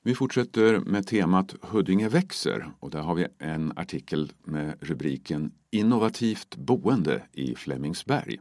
Vi fortsätter med temat Huddinge växer och där har vi en artikel med rubriken Innovativt boende i Flemingsberg.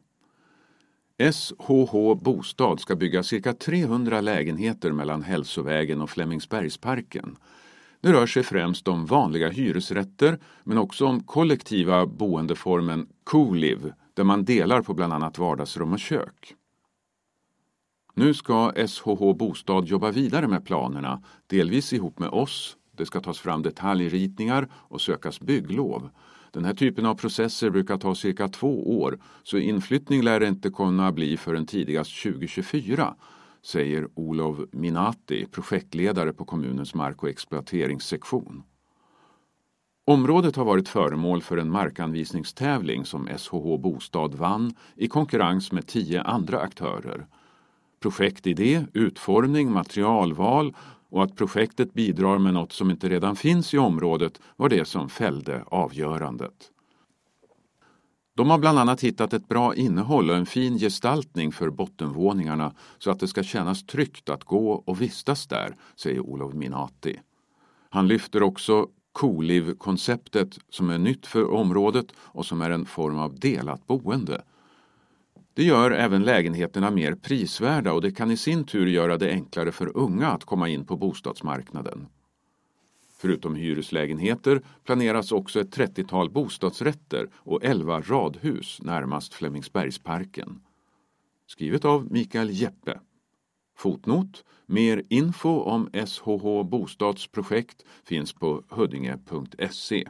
SHH Bostad ska bygga cirka 300 lägenheter mellan Hälsovägen och Flemingsbergsparken. Det rör sig främst om vanliga hyresrätter men också om kollektiva boendeformen Co-live där man delar på bland annat vardagsrum och kök. Nu ska SHH Bostad jobba vidare med planerna, delvis ihop med oss. Det ska tas fram detaljritningar och sökas bygglov. Den här typen av processer brukar ta cirka 2 år, så inflyttning lär det inte kunna bli förrän tidigast 2024, säger Olof Minati, projektledare på kommunens mark- och exploateringssektion. Området har varit föremål för en markanvisningstävling som SHH Bostad vann i konkurrens med 10 andra aktörer. Projektidé, utformning, materialval och att projektet bidrar med något som inte redan finns i området var det som fällde avgörandet. De har bland annat hittat ett bra innehåll och en fin gestaltning för bottenvåningarna så att det ska kännas tryggt att gå och vistas där, säger Olof Minati. Han lyfter också Co-live-konceptet som är nytt för området och som är en form av delat boende. Det gör även lägenheterna mer prisvärda och det kan i sin tur göra det enklare för unga att komma in på bostadsmarknaden. Förutom hyreslägenheter planeras också ett 30-tal bostadsrätter och 11 radhus närmast Flemingsbergsparken. Skrivet av Mikael Jeppe. Fotnot: mer info om SHH bostadsprojekt finns på huddinge.se.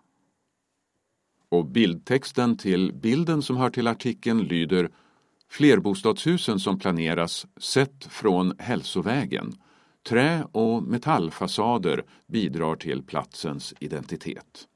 Och bildtexten till bilden som hör till artikeln lyder: flerbostadshusen som planeras sett från Hälsovägen. Trä- och metallfasader bidrar till platsens identitet.